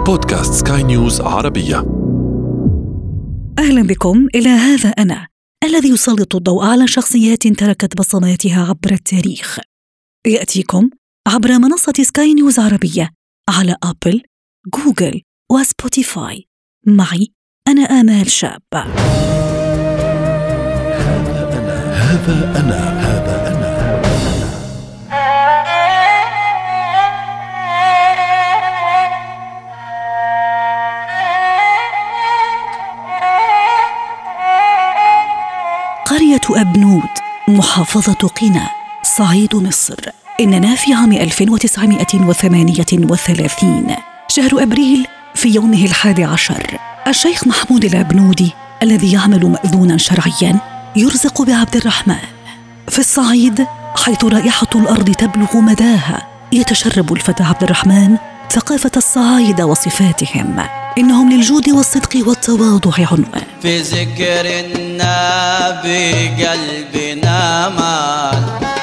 بودكاست سكاي نيوز عربية. أهلا بكم إلى هذا أنا الذي يسلط الضوء على شخصيات تركت بصماتها عبر التاريخ. يأتيكم عبر منصة سكاي نيوز عربية على أبل، جوجل وسبوتيفاي. معي أنا آمال شاب. هذا أنا. قرية أبنود، محافظة قنا، صعيد مصر. إننا في عام 1938 شهر أبريل، في يومه 11 الشيخ محمود الأبنودي الذي يعمل مأذونا شرعيا يرزق بعبد الرحمن في الصعيد، حيث رائحة الأرض تبلغ مداها. يتشرب الفتى عبد الرحمن ثقافة الصعايدة وصفاتهم. إنهم للجود والصدق والتواضع عنوان. في ذكر النبي قلبنا مال،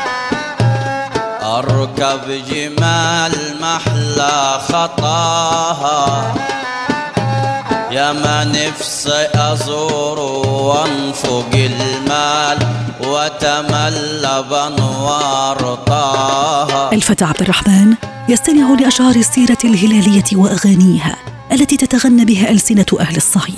أركب جمال محلى خطاها، يا ما نفسي أزور وانفق المال وتملى بانوار طه. الفتى عبد الرحمن يستمع لأشعار السيرة الهلالية وأغانيها التي تتغنى بها ألسنة أهل الصعيد.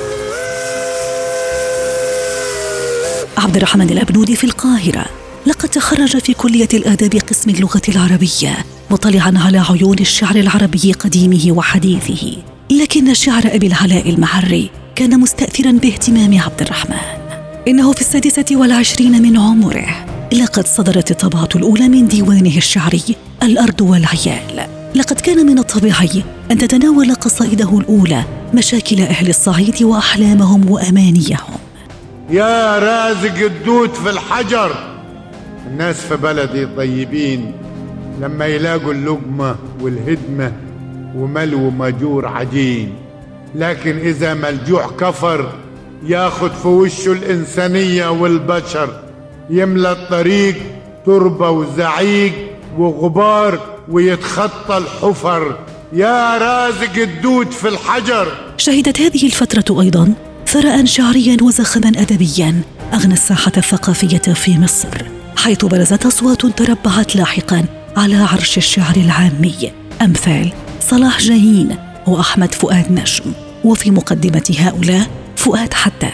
عبد الرحمن الأبنودي في القاهرة، لقد تخرج في كلية الآداب قسم اللغة العربية، مطلعا على عيون الشعر العربي قديمه وحديثه. لكن شعر أبي العلاء المعري كان مستأثرا باهتمام عبد الرحمن. إنه في 26 من عمره لقد صدرت الطبعة الأولى من ديوانه الشعري الأرض والعيال. لقد كان من الطبيعي أن تتناول قصائده الأولى مشاكل أهل الصعيد وأحلامهم وأمانيهم. يا رازق الدود في الحجر، الناس في بلدي طيبين لما يلاقوا اللقمة والهدمة وملو مجور عجين، لكن إذا ما الجوع كفر ياخد في وشه الإنسانية والبشر، يملى الطريق تربة وزعيق وغبار ويتخطى الحفر. يا رازق الدود في الحجر. شهدت هذه الفترة أيضاً ثراء شعرياً وزخما أدبياً أغنى الساحة الثقافية في مصر، حيث برزت أصوات تربعت لاحقاً على عرش الشعر العامي، أمثال صلاح جاهين وأحمد فؤاد نجم، وفي مقدمة هؤلاء فؤاد حداد.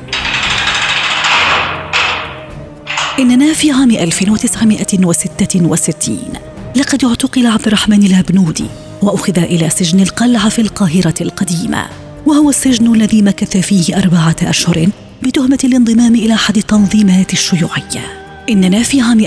إننا في عام 1966 لقد اعتقل عبد الرحمن الأبنودي وأخذ إلى سجن القلعة في القاهرة القديمة، وهو السجن الذي مكث فيه 4 أشهر بتهمة الانضمام إلى أحد التنظيمات الشيوعية. إننا في عام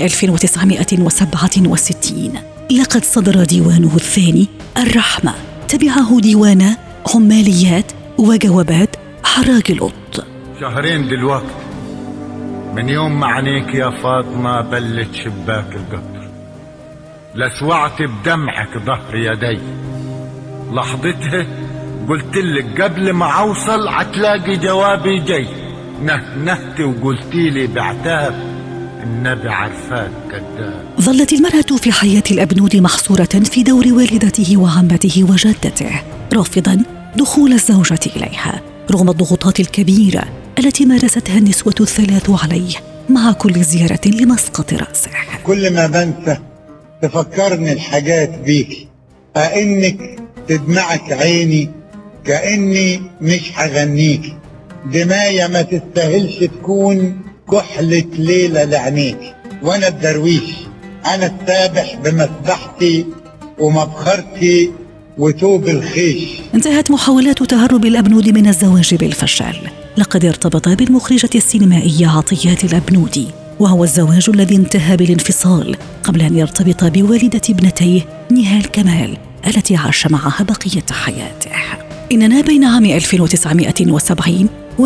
1967 لقد صدر ديوانه الثاني الرحمة، تبعه ديوان عماليات وجوابات حراج القط. شهرين دلوقتي من يوم ما عينيك يا فاطمة بلت شباك القطر، لسوعت بدمعك ظهر يدي، لحظتها قلت لك قبل ما اوصل عتلاقي جوابي جاي، نهنهت وقلتي لي بعتاب النبي عرفاك كذاب. ظلت المرأة في حياة الأبنودي محصورة في دور والدته وعمته وجدته، رافضا دخول الزوجة إليها رغم الضغوطات الكبيرة التي مارستها النسوة الثلاث عليه مع كل زيارة لمسقط رأسه. كل ما بنسى تفكرني الحاجات بيك، كأنك تدمعك عيني، كأني مش هغنيك، دمايا ما تستاهلش تكون كحلة ليلة لعينيك، وانا الدرويش، انا السابح بمسبحتي ومبخرتي وتوب الخيش. انتهت محاولات تهرب الأبنودي من الزواج بالفشل. لقد ارتبط بالمخرجة السينمائية عطيات الأبنودي، وهو الزواج الذي انتهى بالانفصال قبل أن يرتبط بوالدة ابنتيه نهال كمال التي عاش معها بقية حياته. إننا بين عام 1970 و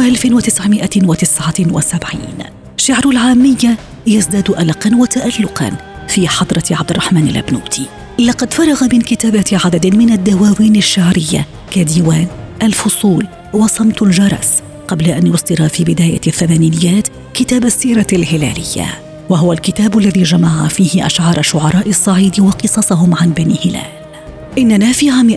1979 شعر العامية يزداد ألقاً وتألقاً في حضرة عبد الرحمن الأبنودي. لقد فرغ من كتابة عدد من الدواوين الشعرية كديوان الفصول وصمت الجرس، قبل أن يصدر في بداية الثمانينيات كتاب السيرة الهلالية، وهو الكتاب الذي جمع فيه أشعار شعراء الصعيد وقصصهم عن بني هلال. إننا في عام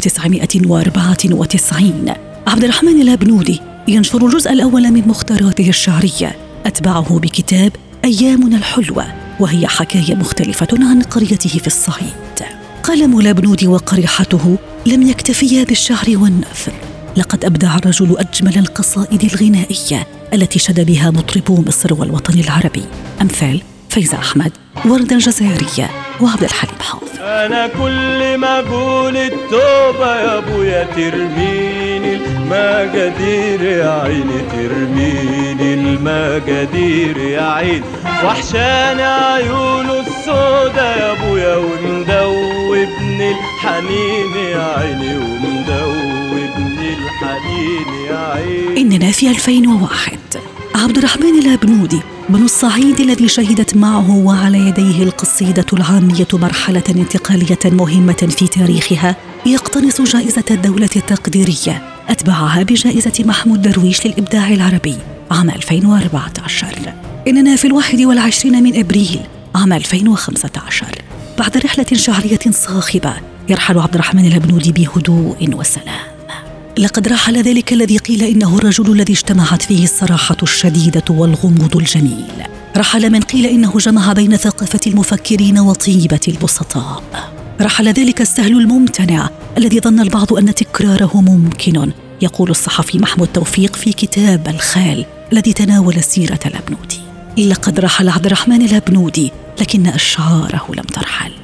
1994 عبد الرحمن الأبنودي ينشر الجزء الأول من مختاراته الشعرية، أتبعه بكتاب أيامنا الحلوة، وهي حكاية مختلفة عن قريته في الصعيد. قلم الأبنودي وقريحته لم يكتفيا بالشعر والنثر، لقد أبدع الرجل أجمل القصائد الغنائية التي شد بها مطربو مصر والوطن العربي، أمثال فايزة أحمد، وردة الجزائرية، وعبد الحليم حافظ. أنا كل ما أقول التوبة يا أبويا ترميني المقادير يا عيني، ترميني المقادير يا عيني، وحشان عيونه السودا يا أبويا، ومدوبني الحنين يا عيني، ومدوبني الحنين يا عيني. إننا في 2001 عبد الرحمن الأبنودي بن الصعيد الذي شهدت معه وعلى يديه القصيدة العامية مرحلة انتقالية مهمة في تاريخها، يقتنص جائزة الدولة التقديرية، أتبعها بجائزة محمود درويش للإبداع العربي عام 2014. إننا في 21 من أبريل عام 2015 بعد رحلة شعرية صاخبة يرحل عبد الرحمن الأبنودي بهدوء وسلام. لقد رحل ذلك الذي قيل إنه الرجل الذي اجتمعت فيه الصراحة الشديدة والغموض الجميل، رحل من قيل إنه جمع بين ثقافة المفكرين وطيبة البسطاء، رحل ذلك السهل الممتنع الذي ظن البعض أن تكراره ممكن، يقول الصحفي محمود توفيق في كتاب الخال الذي تناول سيرة الأبنودي. لقد رحل عبد الرحمن الأبنودي لكن أشعاره لم ترحل.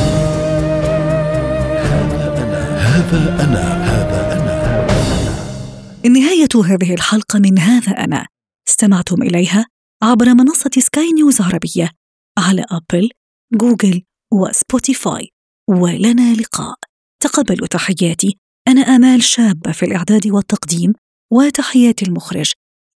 هذا أنا. نهاية هذه الحلقة من هذا أنا، استمعتم إليها عبر منصة سكاي نيوز عربية على أبل، جوجل وسبوتيفاي، ولنا لقاء. تقبلوا تحياتي، أنا آمال شابة في الإعداد والتقديم، وتحيات المخرج